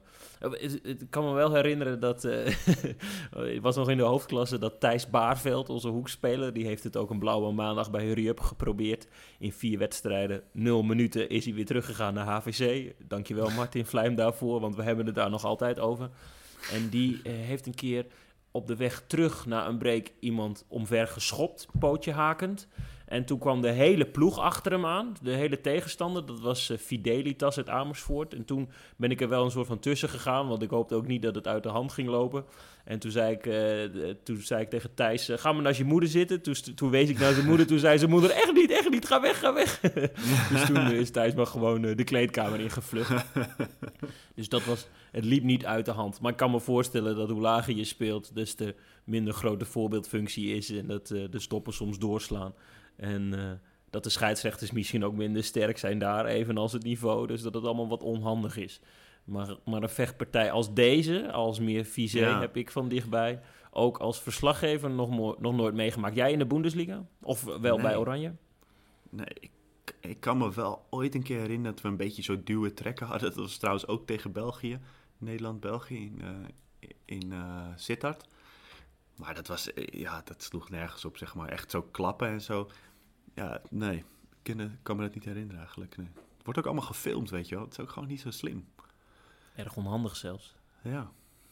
Ik kan me wel herinneren dat, het was nog in de hoofdklasse, dat Thijs Baarveld, onze hoekspeler, die heeft het ook een blauwe maandag bij Hurry Up geprobeerd. In 4 wedstrijden, 0 minuten is hij weer teruggegaan naar HVC. Dankjewel Martin Vlijm daarvoor, want we hebben het daar nog altijd over. En die heeft een keer op de weg terug na een break iemand omver geschopt, pootje hakend. En toen kwam de hele ploeg achter hem aan, de hele tegenstander. Dat was Fidelitas uit Amersfoort. En toen ben ik er wel een soort van tussen gegaan, want ik hoopte ook niet dat het uit de hand ging lopen. En toen zei ik tegen Thijs, ga maar naast je moeder zitten. Toen wees ik naar zijn moeder, toen zei zijn moeder, echt niet, ga weg. Dus toen is Thijs maar gewoon de kleedkamer ingevlucht. Dus het liep niet uit de hand. Maar ik kan me voorstellen dat hoe lager je speelt, des te minder grote voorbeeldfunctie is. En dat de stoppen soms doorslaan. En dat de scheidsrechters misschien ook minder sterk zijn daar, evenals het niveau. Dus dat het allemaal wat onhandig is. Maar een vechtpartij als deze, als meer visé, heb ik van dichtbij ook als verslaggever nog nooit meegemaakt. Jij in de Bundesliga? Of wel bij Oranje? Nee, ik kan me wel ooit een keer herinneren dat we een beetje zo duwen trekken hadden. Dat was trouwens ook tegen België. Nederland-België in Sittard. Maar dat was, dat sloeg nergens op, zeg maar. Echt zo klappen en zo. Ja, nee. Ik kan me dat niet herinneren eigenlijk. Nee. Het wordt ook allemaal gefilmd, weet je wel. Het is ook gewoon niet zo slim. Erg onhandig zelfs. Ja.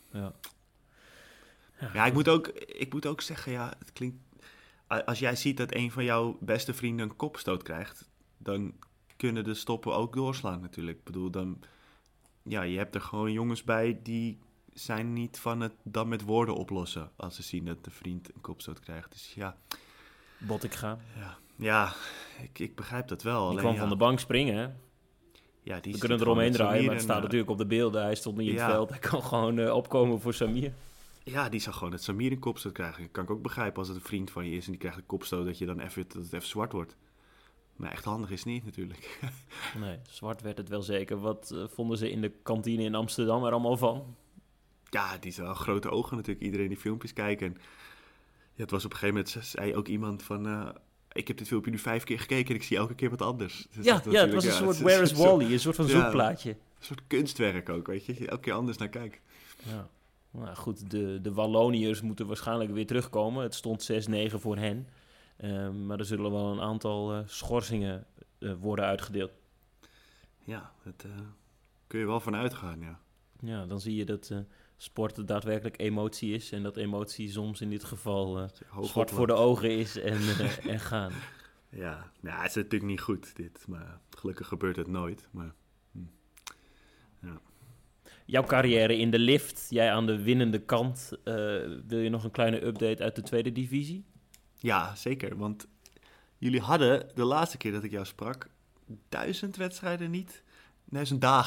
Ja, ik moet ook zeggen, het klinkt... Als jij ziet dat een van jouw beste vrienden een kopstoot krijgt, dan kunnen de stoppen ook doorslaan natuurlijk. Ik bedoel, je hebt er gewoon jongens bij die zijn niet van het dan met woorden oplossen als ze zien dat de vriend een kopstoot krijgt. Dus ja. Bottinga. Ja, ik begrijp dat wel. Die kwam van de bank springen, hè? Ja, we kunnen er omheen draaien, maar het staat natuurlijk op de beelden. Hij stond niet in het veld. Hij kan gewoon opkomen voor Samir. Ja, die zag gewoon dat Samir een kopstoot krijgt. Dat kan ik ook begrijpen als het een vriend van je is en die krijgt een kopstoot, dat het even zwart wordt. Maar echt handig is het niet natuurlijk. Nee, zwart werd het wel zeker. Wat vonden ze in de kantine in Amsterdam er allemaal van? Ja, die zijn wel grote ogen natuurlijk. Iedereen die filmpjes kijkt. En het was op een gegeven moment, zei ook iemand van... ik heb dit filmpje nu 5 keer gekeken en ik zie elke keer wat anders. Dus het was een soort Where is Wally, een soort van zoekplaatje. Een soort kunstwerk ook, weet je. Elke keer anders naar kijkt. Ja. Nou goed, de Walloniërs moeten waarschijnlijk weer terugkomen. Het stond 6-9 voor hen. Maar er zullen wel een aantal schorsingen worden uitgedeeld. Ja, dat kun je wel van uitgaan, ja. Ja, dan zie je dat sport daadwerkelijk emotie is. En dat emotie soms in dit geval zwart voor de ogen is en gaan. Ja, het is natuurlijk niet goed dit. Maar gelukkig gebeurt het nooit. Maar, ja. Jouw carrière in de lift, jij aan de winnende kant. Wil je nog een kleine update uit de tweede divisie? Ja, zeker. Want jullie hadden de laatste keer dat ik jou sprak 1000 wedstrijden niet. 1000 dagen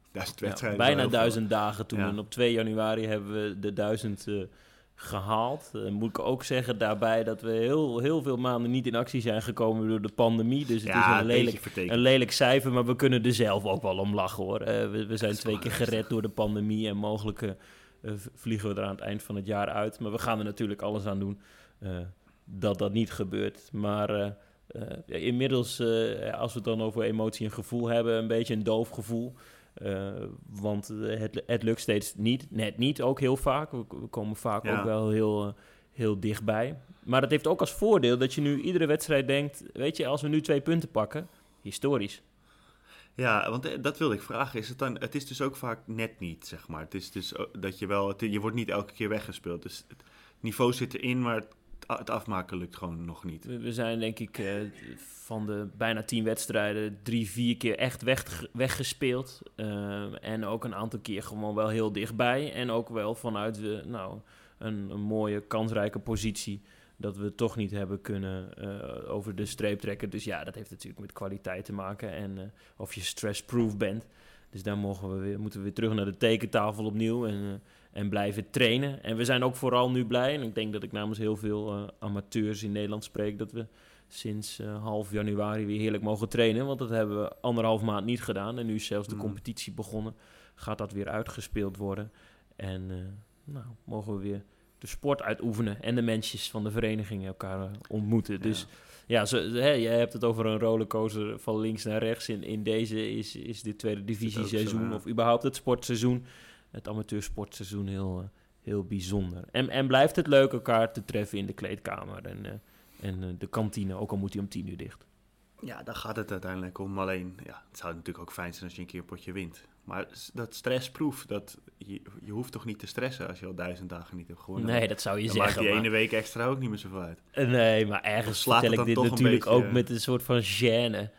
1000 wedstrijden. Bijna 1000 dagen toen. Ja. En op 2 januari hebben we de 1000 gehaald. Moet ik ook zeggen daarbij dat we heel veel maanden niet in actie zijn gekomen door de pandemie. Dus het is een lelijk cijfer, maar we kunnen er zelf ook wel om lachen, hoor. We zijn 2 keer gered door de pandemie en mogelijk vliegen we er aan het eind van het jaar uit. Maar we gaan er natuurlijk alles aan doen dat niet gebeurt. Maar inmiddels, als we het dan over emotie en gevoel hebben, een beetje een doof gevoel. Want het lukt steeds net niet, ook heel vaak. We komen vaak ook wel heel dichtbij. Maar dat heeft ook als voordeel dat je nu iedere wedstrijd denkt, weet je, als we nu 2 punten pakken, historisch. Ja, want dat wilde ik vragen. Is het dan? Het is dus ook vaak net niet, zeg maar. Het is dus dat je wordt niet elke keer weggespeeld. Dus het niveau zit erin, maar het afmaken lukt gewoon nog niet. We zijn denk ik van de bijna 10 wedstrijden 3-4 keer echt weggespeeld. En ook een aantal keer gewoon wel heel dichtbij. En ook wel vanuit een mooie, kansrijke positie dat we toch niet hebben kunnen over de streep trekken. Dus ja, dat heeft natuurlijk met kwaliteit te maken en of je stress-proof bent. Dus daar moeten we weer terug naar de tekentafel opnieuw en blijven trainen. En we zijn ook vooral nu blij, en ik denk dat ik namens heel veel amateurs in Nederland spreek, dat we sinds half januari weer heerlijk mogen trainen. Want dat hebben we 1,5 maand niet gedaan. En nu is zelfs de competitie begonnen. Gaat dat weer uitgespeeld worden. En mogen we weer de sport uitoefenen en de mensjes van de vereniging elkaar ontmoeten. Ja. Dus ja, jij hebt het over een rollercoaster van links naar rechts. In deze is dit tweede divisieseizoen of überhaupt het sportseizoen, het amateursportseizoen heel bijzonder. En blijft het leuk elkaar te treffen in de kleedkamer en de kantine, ook al moet die om 10 uur dicht. Ja, daar gaat het uiteindelijk om. Alleen, het zou natuurlijk ook fijn zijn als je een keer een potje wint. Maar dat stressproef, je hoeft toch niet te stressen als je al 1000 dagen niet hebt gewonnen. Nee, dat zou je dan zeggen. Dan maakt die ene week extra ook niet meer zoveel uit. Nee, maar ergens vertel ik dit natuurlijk ook met een soort van gêne.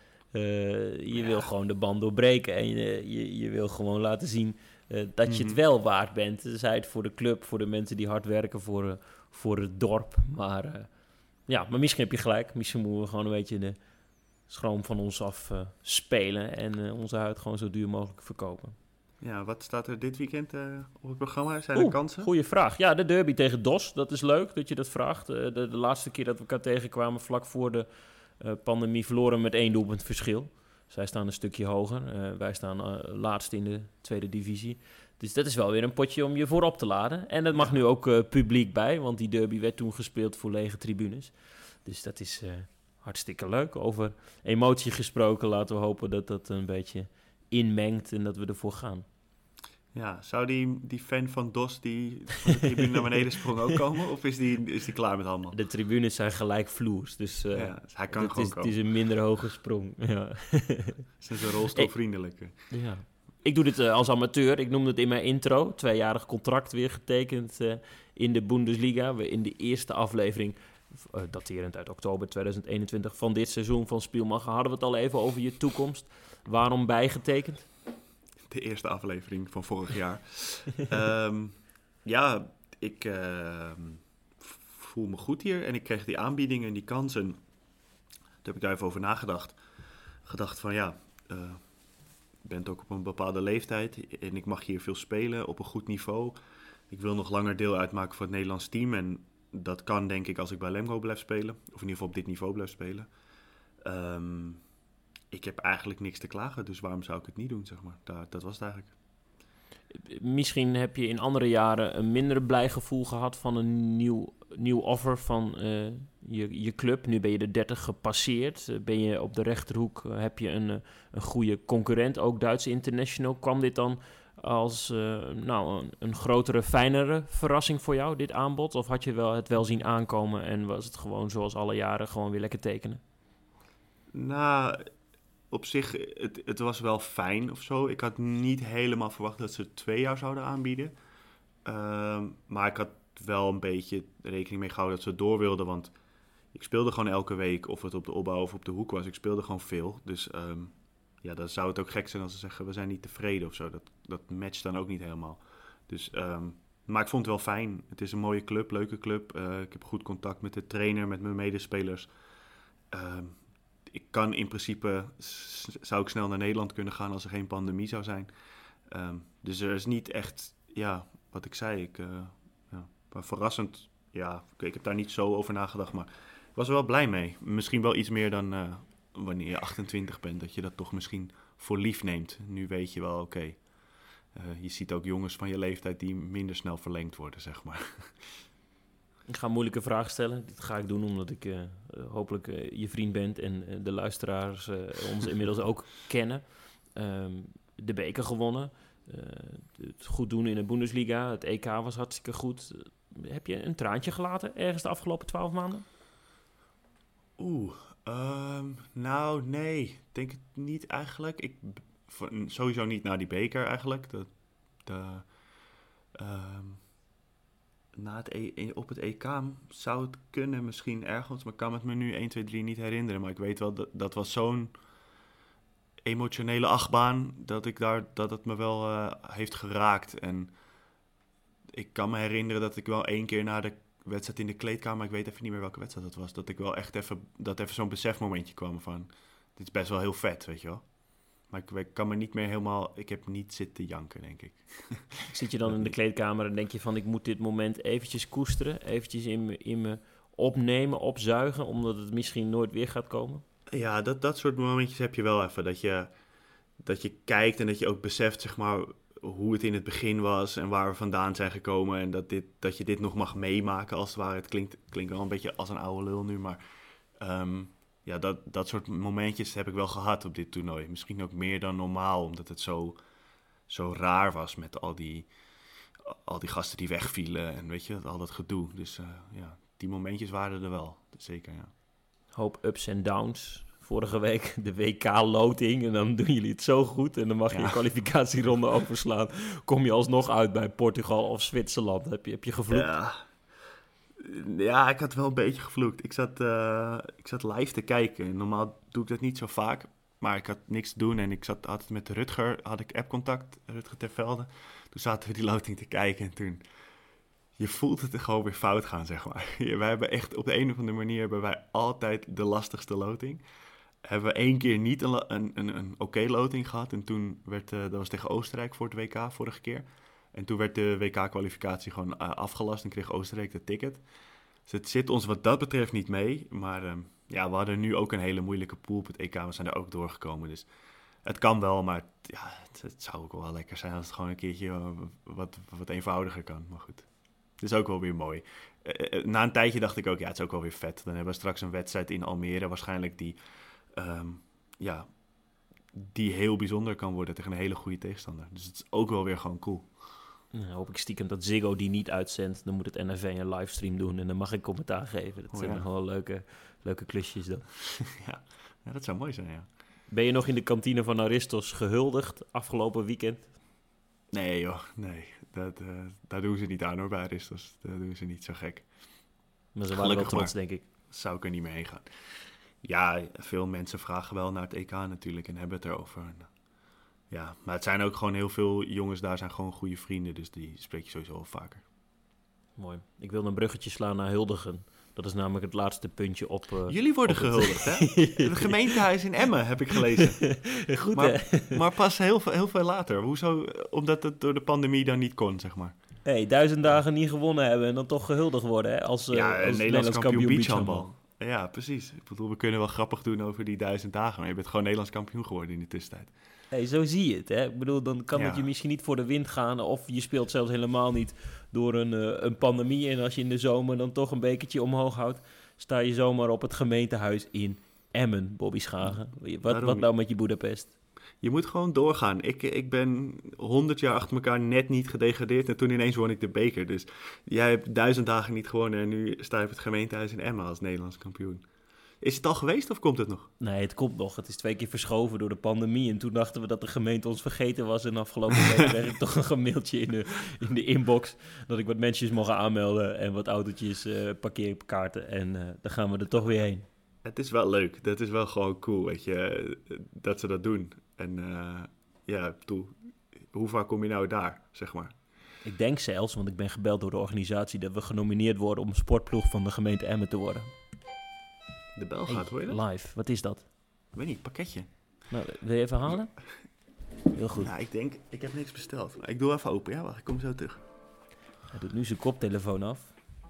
Je wil gewoon de band doorbreken en je wil gewoon laten zien dat je het wel waard bent. Zij het voor de club, voor de mensen die hard werken, voor het dorp. Maar misschien heb je gelijk. Misschien moeten we gewoon een beetje de schroom van ons af spelen en onze huid gewoon zo duur mogelijk verkopen. Ja, wat staat er dit weekend op het programma? Zijn er kansen? Goeie vraag. Ja, de derby tegen DOS. Dat is leuk dat je dat vraagt. De laatste keer dat we elkaar tegenkwamen vlak voor de pandemie verloren met 1 doelpunt verschil. Zij staan een stukje hoger. Wij staan laatst in de tweede divisie. Dus dat is wel weer een potje om je voorop te laden. En dat mag nu ook publiek bij, want die derby werd toen gespeeld voor lege tribunes. Dus dat is hartstikke leuk. Over emotie gesproken, laten we hopen dat dat een beetje inmengt en dat we ervoor gaan. Ja, zou die fan van DOS die van de tribune naar beneden sprong ook komen? Of is die klaar met handbal? De tribunes zijn gelijkvloers, dus dus hij kan gewoon komen. Het is een minder hoge sprong. Ja. Ze is een rolstoelvriendelijke. Ja. Ik doe dit als amateur. Ik noemde het in mijn intro. 2-jarig contract weer getekend in de Bundesliga. We in de eerste aflevering, daterend uit oktober 2021 van dit seizoen van Spielmacher, hadden we het al even over je toekomst. Waarom bijgetekend? De eerste aflevering van vorig jaar. Ik voel me goed hier en ik kreeg die aanbiedingen en die kansen. Toen heb ik daar even over nagedacht. Gedacht van ik ben ook op een bepaalde leeftijd en ik mag hier veel spelen op een goed niveau. Ik wil nog langer deel uitmaken van het Nederlands team en dat kan denk ik als ik bij Lemgo blijf spelen. Of in ieder geval op dit niveau blijf spelen. Ik heb eigenlijk niks te klagen, dus waarom zou ik het niet doen, zeg maar. Dat was het eigenlijk. Misschien heb je in andere jaren een minder blij gevoel gehad van een nieuw offer van je club. Nu ben je de 30 gepasseerd. Ben je op de rechterhoek, heb je een goede concurrent, ook Duitse international. Kwam dit dan als een grotere, fijnere verrassing voor jou, dit aanbod? Of had je het wel zien aankomen en was het gewoon zoals alle jaren gewoon weer lekker tekenen? Nou, op zich, het was wel fijn of zo. Ik had niet helemaal verwacht dat ze 2 jaar zouden aanbieden. Maar ik had wel een beetje rekening mee gehouden dat ze door wilden. Want ik speelde gewoon elke week, of het op de opbouw of op de hoek was. Ik speelde gewoon veel. Dus dan zou het ook gek zijn als ze zeggen, we zijn niet tevreden of zo. Dat matcht dan ook niet helemaal. Dus, maar ik vond het wel fijn. Het is een mooie club, leuke club. Ik heb goed contact met de trainer, met mijn medespelers. Ik kan in principe, zou ik snel naar Nederland kunnen gaan als er geen pandemie zou zijn. Dus er is niet echt, wat ik zei, maar verrassend, ik heb daar niet zo over nagedacht, maar ik was er wel blij mee. Misschien wel iets meer dan wanneer je 28 bent, dat je dat toch misschien voor lief neemt. Nu weet je wel, oké. Je ziet ook jongens van je leeftijd die minder snel verlengd worden, zeg maar. Ik ga een moeilijke vraag stellen. Dit ga ik doen omdat ik hopelijk je vriend ben en de luisteraars ons inmiddels ook kennen. De beker gewonnen. Het goed doen in de Bundesliga. Het EK was hartstikke goed. Heb je een traantje gelaten ergens de afgelopen 12 maanden? Nou, nee. Ik denk het niet eigenlijk. Sowieso niet naar die beker eigenlijk. Op het EK zou het kunnen misschien ergens, maar ik kan het me nu 1, 2, 3 niet herinneren. Maar ik weet wel dat was zo'n emotionele achtbaan dat het me wel heeft geraakt. En ik kan me herinneren dat ik wel 1 keer na de wedstrijd in de kleedkamer, ik weet even niet meer welke wedstrijd dat was, dat ik wel echt even zo'n besefmomentje kwam van, dit is best wel heel vet, weet je wel. Maar ik kan me niet meer helemaal, ik heb niet zitten janken, denk ik. Zit je dan in de kleedkamer en denk je van, ik moet dit moment eventjes koesteren, eventjes in me opnemen, opzuigen, omdat het misschien nooit weer gaat komen? Ja, dat soort momentjes heb je wel even, dat je kijkt en dat je ook beseft, zeg maar, hoe het in het begin was en waar we vandaan zijn gekomen en dat je dit nog mag meemaken als het ware. Het klinkt wel een beetje als een oude lul nu, maar dat soort momentjes heb ik wel gehad op dit toernooi. Misschien ook meer dan normaal, omdat het zo raar was met al die gasten die wegvielen en weet je, al dat gedoe. Dus die momentjes waren er wel, zeker, ja. Hoop ups en downs. Vorige week de WK-loting en dan doen jullie het zo goed en dan mag je een kwalificatieronde overslaan. Kom je alsnog uit bij Portugal of Zwitserland. Heb je gevloekt? Ja, ik had wel een beetje gevloekt. Ik zat live te kijken. Normaal doe ik dat niet zo vaak, maar ik had niks te doen en had het met Rutger, had ik appcontact, Rutger ter Velde. Toen zaten we die loting te kijken en toen, je voelt het er gewoon weer fout gaan, zeg maar. Wij hebben echt, op de een of andere manier hebben wij altijd de lastigste loting. Hebben we 1 keer niet een oké loting gehad. En toen dat was tegen Oostenrijk voor het WK vorige keer. En toen werd de WK-kwalificatie gewoon afgelast en kreeg Oostenrijk de ticket. Dus het zit ons wat dat betreft niet mee. Maar we hadden nu ook een hele moeilijke pool op het EK. We zijn er ook doorgekomen. Dus het kan wel, maar het zou ook wel lekker zijn als het gewoon een keertje wat eenvoudiger kan. Maar goed, het is ook wel weer mooi. Na een tijdje dacht ik ook, het is ook wel weer vet. Dan hebben we straks een wedstrijd in Almere waarschijnlijk die heel bijzonder kan worden tegen een hele goede tegenstander. Dus het is ook wel weer gewoon cool. Nou, hoop ik stiekem dat Ziggo die niet uitzendt. Dan moet het NRV een livestream doen en dan mag ik commentaar geven. Dat zijn nog wel leuke klusjes dan. Ja, dat zou mooi zijn, ja. Ben je nog in de kantine van Aristos gehuldigd afgelopen weekend? Nee joh, nee. Daar doen ze niet aan hoor, bij Aristos. Daar doen ze niet zo gek. Maar ze waren wel trots, denk ik. Zou ik er niet meer heen gaan. Ja, veel mensen vragen wel naar het EK natuurlijk en hebben het erover. Ja, maar het zijn ook gewoon heel veel jongens daar zijn gewoon goede vrienden, dus die spreek je sowieso wel vaker. Mooi. Ik wil een bruggetje slaan naar huldigen. Dat is namelijk het laatste puntje op... Jullie worden gehuldigd, hè? Het gemeentehuis in Emmen, heb ik gelezen. Goed, maar pas heel veel later. Hoezo? Omdat het door de pandemie dan niet kon, zeg maar. 1000 dagen niet gewonnen hebben en dan toch gehuldigd worden, hè? Als Nederlands kampioen beachhandbal. Ja, precies. Ik bedoel, we kunnen wel grappig doen over die 1000 dagen, maar je bent gewoon Nederlands kampioen geworden in de tussentijd. Zo zie je het, hè? Ik bedoel, dan kan het je misschien niet voor de wind gaan, of je speelt zelfs helemaal niet door een pandemie. En als je in de zomer dan toch een bekertje omhoog houdt, sta je zomaar op het gemeentehuis in Emmen, Bobby Schagen. Wat nou met je Boedapest? Je moet gewoon doorgaan. Ik ben 100 jaar achter elkaar net niet gedegradeerd en toen ineens won ik de beker. Dus jij hebt 1000 dagen niet gewonnen en nu sta je op het gemeentehuis in Emmen als Nederlands kampioen. Is het al geweest of komt het nog? Nee, het komt nog. Het is 2 keer verschoven door de pandemie. En toen dachten we dat de gemeente ons vergeten was. En afgelopen week kreeg ik toch een mailtje in de inbox dat ik wat mensen mocht aanmelden en wat autootjes, parkeerkaarten. En dan gaan we er toch weer heen. Het is wel leuk. Dat is wel gewoon cool, weet je, dat ze dat doen. En hoe vaak kom je nou daar, zeg maar? Ik denk zelfs, want ik ben gebeld door de organisatie, dat we genomineerd worden om sportploeg van de gemeente Emmen te worden. De bel gaat, hoor je dat? Live, wat is dat? Ik weet niet, pakketje. Nou, wil je even halen? Heel goed. Nou, ik heb niks besteld. Ik doe even open, ja? Wacht, ik kom zo terug. Hij doet nu zijn koptelefoon af.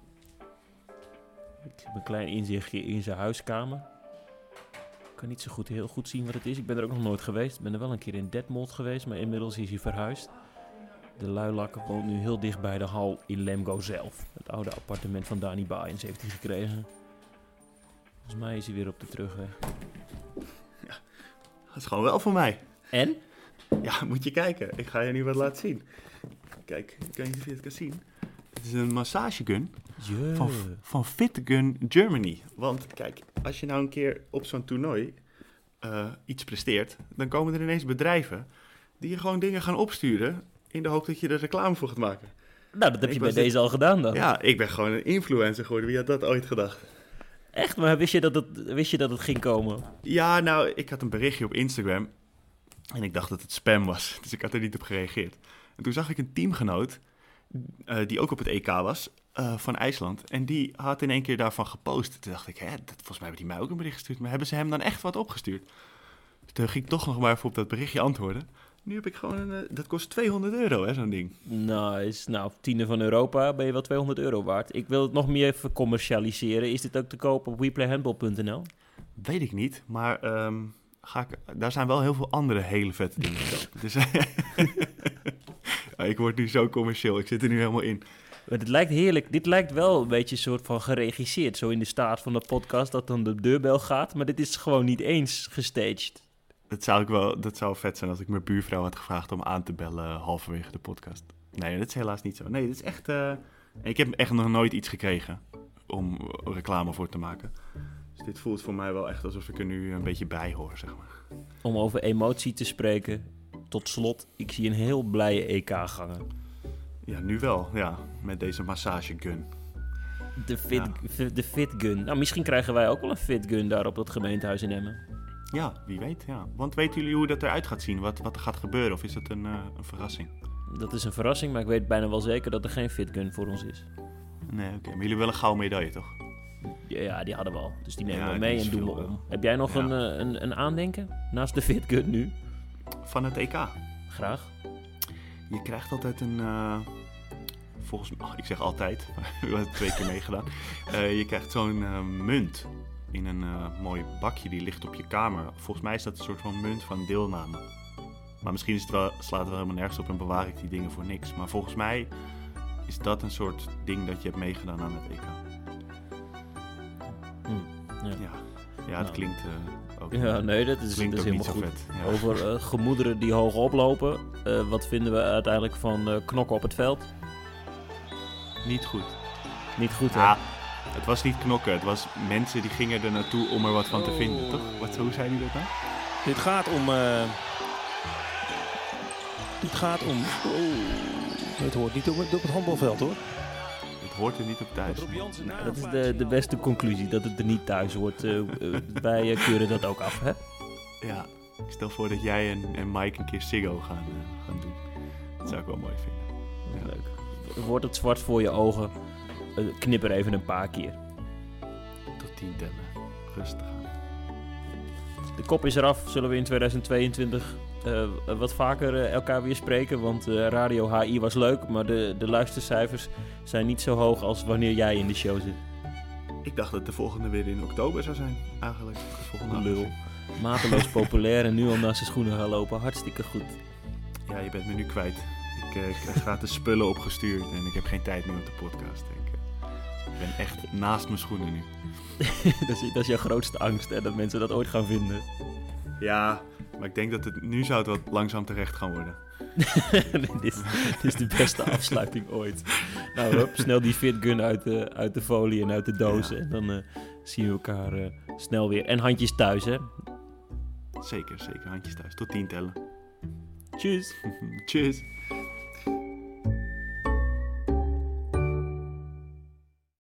Ik heb een klein inzichtje in zijn huiskamer. Ik kan niet heel goed zien wat het is. Ik ben er ook nog nooit geweest. Ik ben er wel een keer in Detmold geweest, maar inmiddels is hij verhuisd. De luilakker woont nu heel dicht bij de hal in Lemgo zelf. Het oude appartement van Danny Baaiens heeft hij gekregen. Volgens mij is hij weer op de terugweg. Ja, dat is gewoon wel voor mij. En? Ja, moet je kijken. Ik ga je nu wat laten zien. Kijk, ik weet niet of je het kan zien. Het is een massagegun van FitGun Germany. Want kijk, als je nou een keer op zo'n toernooi iets presteert, dan komen er ineens bedrijven die je gewoon dingen gaan opsturen in de hoop dat je er reclame voor gaat maken. Nou, dat heb je bij deze al gedaan dan. Ja, ik ben gewoon een influencer geworden. Wie had dat ooit gedacht? Echt? Maar wist je dat het ging komen? Ja, nou, ik had een berichtje op Instagram en ik dacht dat het spam was. Dus ik had er niet op gereageerd. En toen zag ik een teamgenoot die ook op het EK was, van IJsland. En die had in één keer daarvan gepost. Toen dacht ik, volgens mij hebben die mij ook een bericht gestuurd. Maar hebben ze hem dan echt wat opgestuurd? Dus toen ging ik toch nog maar even op dat berichtje antwoorden. Nu heb ik gewoon dat kost €200 hè, zo'n ding. Nice. Nou, tiende van Europa ben je wel €200 waard. Ik wil het nog meer even commercialiseren. Is dit ook te koop op weplayhandball.nl? Weet ik niet, maar daar zijn wel heel veel andere hele vette dingen. Dus ik word nu zo commercieel, ik zit er nu helemaal in. Maar dit lijkt heerlijk. Dit lijkt wel een beetje een soort van geregisseerd. Zo in de staart van de podcast dat dan de deurbel gaat. Maar dit is gewoon niet eens gestaged. Dat zou vet zijn als ik mijn buurvrouw had gevraagd om aan te bellen halverwege de podcast. Nee, dat is helaas niet zo. Nee, dit is echt... ik heb echt nog nooit iets gekregen om reclame voor te maken. Dus dit voelt voor mij wel echt alsof ik er nu een beetje bij hoor, zeg maar. Om over emotie te spreken, tot slot, ik zie een heel blije EK-ganger. Ja, nu wel, ja. Met deze massagegun. De FitGun. Nou, misschien krijgen wij ook wel een FitGun daar op dat gemeentehuis in Emmen. Ja, wie weet, ja. Want weten jullie hoe dat eruit gaat zien? Wat er gaat gebeuren? Of is dat een verrassing? Dat is een verrassing, maar ik weet bijna wel zeker dat er geen FitGun voor ons is. Nee, oké. Maar jullie willen een gouden medaille, toch? Ja, die hadden we al. Dus die nemen we mee en doen we om. Heb jij nog een aandenken naast de FitGun nu? Van het EK? Graag. Je krijgt altijd een... volgens mij... ik zeg altijd, maar we hebben het 2 keer meegedaan. Je krijgt zo'n munt in een mooi bakje die ligt op je kamer. Volgens mij is dat een soort van munt van deelname. Maar misschien slaat het wel helemaal nergens op en bewaar ik die dingen voor niks. Maar volgens mij is dat een soort ding dat je hebt meegedaan aan het EK. Ja, het klinkt ook... Ja, nee, dat is helemaal goed. Vet. Ja. Over gemoederen die hoog oplopen. Wat vinden we uiteindelijk van knokken op het veld? Niet goed. Niet goed, hè? Ja, het was niet knokken. Het was mensen die gingen er naartoe om er wat van te vinden, toch? Hoe zei hij dat nou? Dit gaat om... Het hoort niet op het handbalveld, hoor. Het hoort er niet op thuis. Dat is de beste conclusie, dat het er niet thuis hoort. Wij keuren dat ook af, hè? Ja, ik stel voor dat jij en Mike een keer Ziggo gaan doen. Dat zou ik wel mooi vinden. Ja. Leuk. Wordt het zwart voor je ogen, knip er even een paar keer. Tot 10 tellen. Rustig aan. De kop is eraf, zullen we in 2022 wat vaker elkaar weer spreken. Want Radio HI was leuk, maar de luistercijfers zijn niet zo hoog als wanneer jij in de show zit. Ik dacht dat de volgende weer in oktober zou zijn, eigenlijk. De volgende lul. Mateloos populair en nu al naar zijn schoenen gaan lopen. Hartstikke goed. Ja, je bent me nu kwijt. Ik krijg gratis spullen opgestuurd en ik heb geen tijd meer op de podcast. Ik ben echt naast mijn schoenen nu. Dat is jouw grootste angst, hè? Dat mensen dat ooit gaan vinden. Ja, maar ik denk dat het nu zou het wat langzaam terecht gaan worden. Dit is de beste afsluiting ooit. Nou, hup, snel die FitGun uit de folie en uit de doos. Ja. En dan zien we elkaar snel weer. En handjes thuis, hè? Zeker. Handjes thuis. Tot 10 tellen. Tjus. Tjus.